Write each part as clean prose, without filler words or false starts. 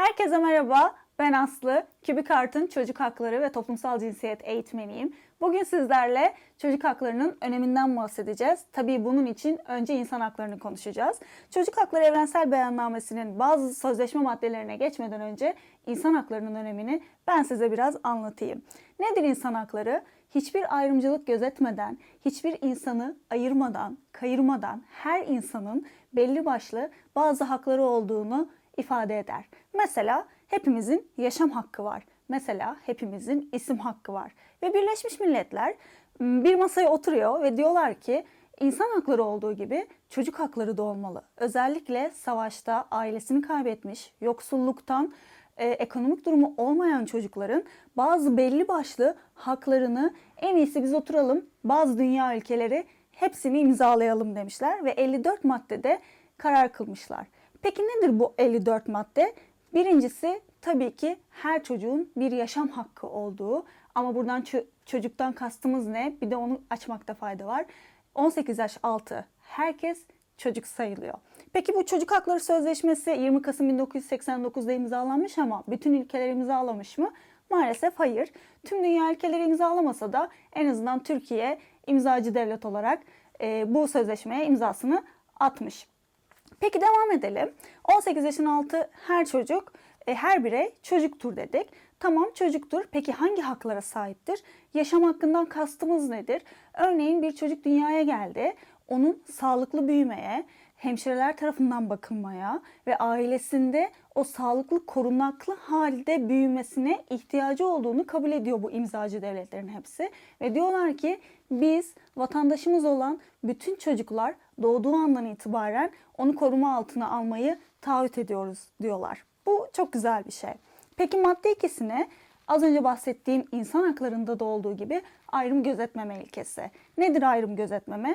Herkese merhaba, ben Aslı. KÜBİKART'ın çocuk hakları ve toplumsal cinsiyet eğitmeniyim. Bugün sizlerle çocuk haklarının öneminden bahsedeceğiz. Tabii bunun için önce insan haklarını konuşacağız. Çocuk Hakları Evrensel Beyannamesi'nin bazı sözleşme maddelerine geçmeden önce insan haklarının önemini ben size biraz anlatayım. Nedir insan hakları? Hiçbir ayrımcılık gözetmeden, hiçbir insanı ayırmadan, kayırmadan her insanın belli başlı bazı hakları olduğunu ifade eder. Mesela hepimizin yaşam hakkı var. Mesela hepimizin isim hakkı var. Ve Birleşmiş Milletler bir masaya oturuyor ve diyorlar ki insan hakları olduğu gibi çocuk hakları da olmalı. Özellikle savaşta ailesini kaybetmiş, yoksulluktan ekonomik durumu olmayan çocukların bazı belli başlı haklarını en iyisi biz oturalım, bazı dünya ülkeleri hepsini imzalayalım demişler ve 54 maddede karar kılmışlar. Peki nedir bu 54 madde? Birincisi tabii ki her çocuğun bir yaşam hakkı olduğu, ama buradan çocuktan kastımız ne? Bir de onu açmakta fayda var. 18 yaş altı herkes çocuk sayılıyor. Peki bu Çocuk Hakları Sözleşmesi 20 Kasım 1989'da imzalanmış ama bütün ülkeler imzalamış mı? Maalesef hayır. Tüm dünya ülkeleri imzalamasa da en azından Türkiye imzacı devlet olarak bu sözleşmeye imzasını atmış. Peki devam edelim. 18 yaşın altı her çocuk, her birey çocuktur dedik. Tamam, çocuktur. Peki hangi haklara sahiptir? Yaşam hakkından kastımız nedir? Örneğin bir çocuk dünyaya geldi. Onun sağlıklı büyümeye, hemşireler tarafından bakılmaya ve ailesinde o sağlıklı, korunaklı halde büyümesine ihtiyacı olduğunu kabul ediyor bu imzacı devletlerin hepsi. Ve diyorlar ki biz vatandaşımız olan bütün çocuklar doğduğu andan itibaren onu koruma altına almayı taahhüt ediyoruz diyorlar. Bu çok güzel bir şey. Peki madde ikisine az önce bahsettiğim insan haklarında da olduğu gibi ayrım gözetmeme ilkesi. Nedir ayrım gözetmeme?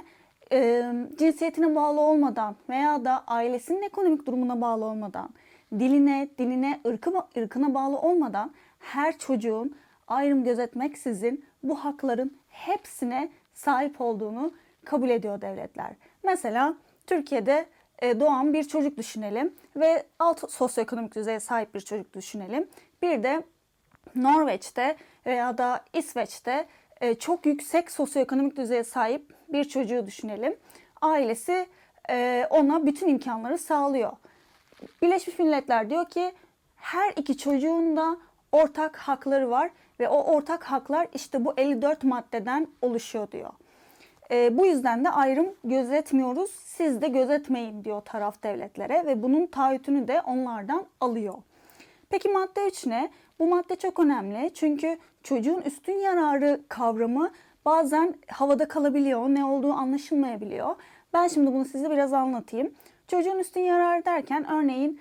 Cinsiyetine bağlı olmadan veya da ailesinin ekonomik durumuna bağlı olmadan, diline, ırkına bağlı olmadan her çocuğun ayrım gözetmeksizin bu hakların hepsine sahip olduğunu kabul ediyor devletler. Mesela Türkiye'de doğan bir çocuk düşünelim ve alt sosyoekonomik düzeye sahip bir çocuk düşünelim. Bir de Norveç'te veya da İsveç'te çok yüksek sosyoekonomik düzeye sahip bir çocuğu düşünelim. Ailesi ona bütün imkanları sağlıyor. Birleşmiş Milletler diyor ki her iki çocuğun da ortak hakları var ve o ortak haklar işte bu 54 maddeden oluşuyor diyor. Bu yüzden de ayrım gözetmiyoruz, siz de gözetmeyin diyor taraf devletlere ve bunun taahhütünü de onlardan alıyor. Peki madde 3 ne? Bu madde çok önemli çünkü çocuğun üstün yararı kavramı bazen havada kalabiliyor, ne olduğu anlaşılmayabiliyor. Ben şimdi bunu size biraz anlatayım. Çocuğun üstün yararı derken örneğin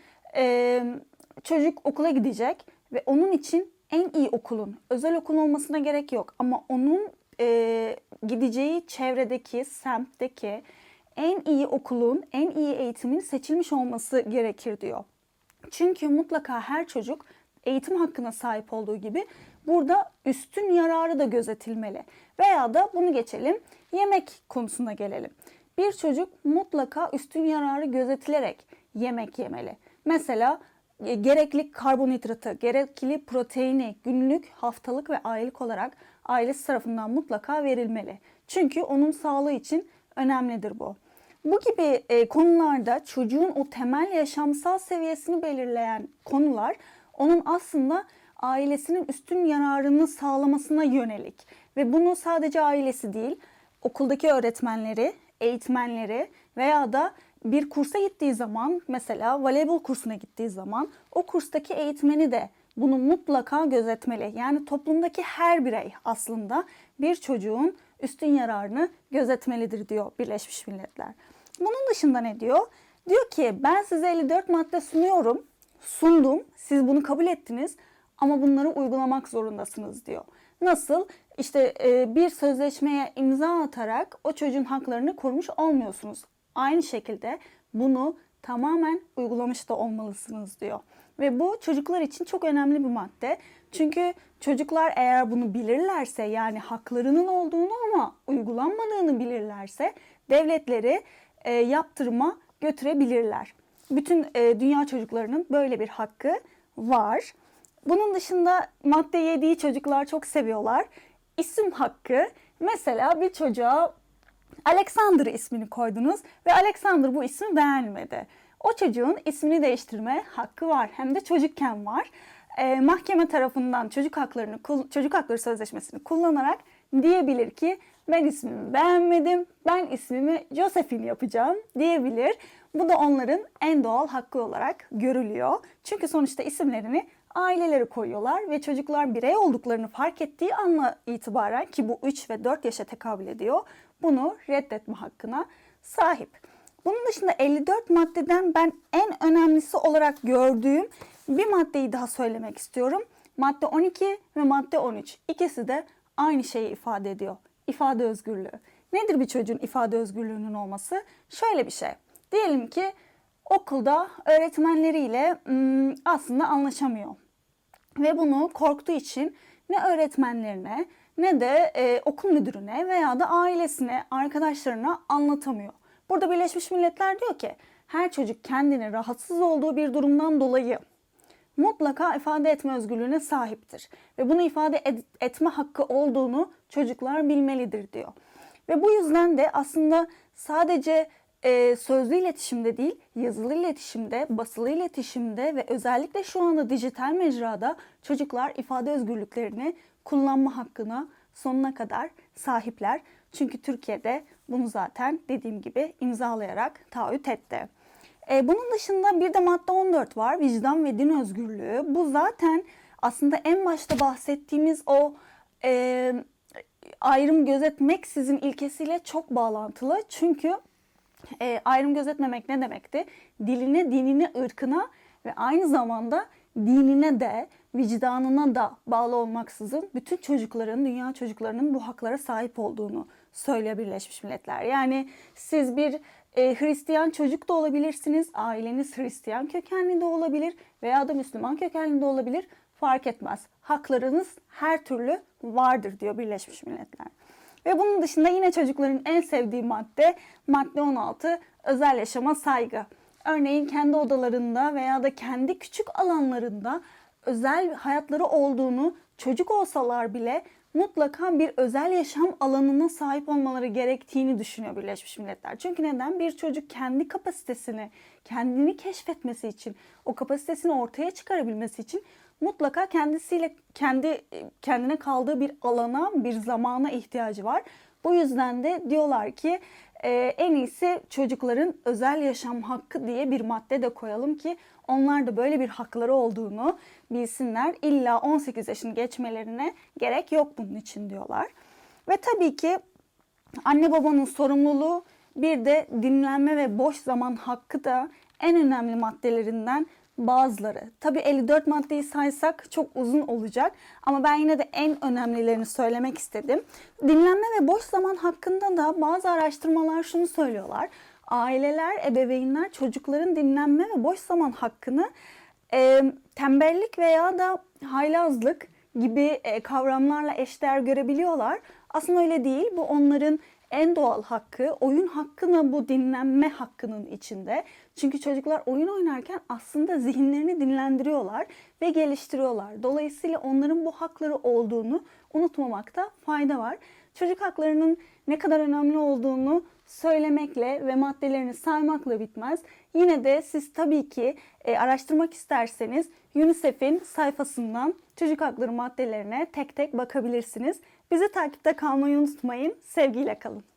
çocuk okula gidecek ve onun için en iyi okulun, özel okul olmasına gerek yok ama onun gideceği çevredeki, semtteki en iyi okulun, en iyi eğitimin seçilmiş olması gerekir diyor. Çünkü mutlaka her çocuk eğitim hakkına sahip olduğu gibi burada üstün yararı da gözetilmeli. Veya da bunu geçelim, yemek konusuna gelelim. Bir çocuk mutlaka üstün yararı gözetilerek yemek yemeli. Mesela gerekli karbonhidratı, gerekli proteini günlük, haftalık ve aylık olarak ailesi tarafından mutlaka verilmeli. Çünkü onun sağlığı için önemlidir bu. Bu gibi konularda çocuğun o temel yaşamsal seviyesini belirleyen konular onun aslında ailesinin üstün yararını sağlamasına yönelik. Ve bunu sadece ailesi değil, okuldaki öğretmenleri, eğitmenleri veya da bir kursa gittiği zaman, mesela voleybol kursuna gittiği zaman o kurstaki eğitmeni de bunu mutlaka gözetmeli. Yani toplumdaki her birey aslında bir çocuğun üstün yararını gözetmelidir diyor Birleşmiş Milletler. Bunun dışında ne diyor? Diyor ki ben size 54 madde sundum, siz bunu kabul ettiniz ama bunları uygulamak zorundasınız diyor. Nasıl? İşte bir sözleşmeye imza atarak o çocuğun haklarını korumuş olmuyorsunuz. Aynı şekilde bunu tamamen uygulamış da olmalısınız diyor. Ve bu çocuklar için çok önemli bir madde. Çünkü çocuklar eğer bunu bilirlerse, yani haklarının olduğunu ama uygulanmadığını bilirlerse devletleri yaptırıma götürebilirler. Bütün dünya çocuklarının böyle bir hakkı var. Bunun dışında madde 7'yi çocuklar çok seviyorlar. İsim hakkı. Mesela bir çocuğa Alexander ismini koydunuz ve Alexander bu ismi beğenmedi. O çocuğun ismini değiştirme hakkı var. Hem de çocukken var. Mahkeme tarafından çocuk hakları sözleşmesini kullanarak diyebilir ki ben ismimi beğenmedim, ben ismimi Josephine yapacağım diyebilir. Bu da onların en doğal hakkı olarak görülüyor. Çünkü sonuçta isimlerini aileleri koyuyorlar ve çocuklar birey olduklarını fark ettiği anla itibaren, ki bu 3 ve 4 yaşa tekabül ediyor, bunu reddetme hakkına sahip. Bunun dışında 54 maddeden ben en önemlisi olarak gördüğüm bir maddeyi daha söylemek istiyorum. Madde 12 ve madde 13. İkisi de aynı şeyi ifade ediyor. İfade özgürlüğü. Nedir bir çocuğun ifade özgürlüğünün olması? Şöyle bir şey. Diyelim ki okulda öğretmenleriyle aslında anlaşamıyor. Ve bunu korktuğu için ne öğretmenlerine ne de okul müdürüne veya da ailesine, arkadaşlarına anlatamıyor. Burada Birleşmiş Milletler diyor ki her çocuk kendini rahatsız olduğu bir durumdan dolayı mutlaka ifade etme özgürlüğüne sahiptir. Ve bunu ifade etme hakkı olduğunu çocuklar bilmelidir diyor. Ve bu yüzden de aslında sadece sözlü iletişimde değil, yazılı iletişimde, basılı iletişimde ve özellikle şu anda dijital mecrada çocuklar ifade özgürlüklerini kullanma hakkına sonuna kadar sahipler. Çünkü Türkiye'de bunu zaten dediğim gibi imzalayarak taahhüt etti. Bunun dışında bir de madde 14 var, vicdan ve din özgürlüğü. Bu zaten aslında en başta bahsettiğimiz o ayrım gözetmeksizin ilkesiyle çok bağlantılı. Çünkü ayrım gözetmemek ne demekti? Diline, dinine, ırkına ve aynı zamanda dinine de, vicdanına da bağlı olmaksızın bütün çocukların, dünya çocuklarının bu haklara sahip olduğunu söylüyor Birleşmiş Milletler. Yani siz bir Hristiyan çocuk da olabilirsiniz, aileniz Hristiyan kökenli de olabilir veya da Müslüman kökenli de olabilir, fark etmez. Haklarınız her türlü vardır diyor Birleşmiş Milletler. Ve bunun dışında yine çocukların en sevdiği madde 16, özel yaşama saygı. Örneğin kendi odalarında veya da kendi küçük alanlarında özel hayatları olduğunu, çocuk olsalar bile mutlaka bir özel yaşam alanına sahip olmaları gerektiğini düşünüyor Birleşmiş Milletler. Çünkü neden? Bir çocuk kendi kapasitesini, kendini keşfetmesi için, o kapasitesini ortaya çıkarabilmesi için mutlaka kendine kaldığı bir alana, bir zamana ihtiyacı var. Bu yüzden de diyorlar ki en iyisi çocukların özel yaşam hakkı diye bir madde de koyalım ki onlar da böyle bir hakları olduğunu bilsinler. İlla 18 yaşını geçmelerine gerek yok bunun için diyorlar. Ve tabii ki anne babanın sorumluluğu, bir de dinlenme ve boş zaman hakkı da en önemli maddelerinden bazıları. Tabii 54 maddeyi saysak çok uzun olacak ama ben yine de en önemlilerini söylemek istedim. Dinlenme ve boş zaman hakkında da bazı araştırmalar şunu söylüyorlar. Aileler, ebeveynler çocukların dinlenme ve boş zaman hakkını tembellik veya da haylazlık gibi kavramlarla eşdeğer görebiliyorlar. Aslında öyle değil. Bu onların en doğal hakkı, oyun hakkına bu dinlenme hakkının içinde. Çünkü çocuklar oyun oynarken aslında zihinlerini dinlendiriyorlar ve geliştiriyorlar. Dolayısıyla onların bu hakları olduğunu unutmamakta fayda var. Çocuk haklarının ne kadar önemli olduğunu söylemekle ve maddelerini saymakla bitmez. Yine de siz tabii ki araştırmak isterseniz UNICEF'in sayfasından çocuk hakları maddelerine tek tek bakabilirsiniz. Bizi takipte kalmayı unutmayın. Sevgiyle kalın.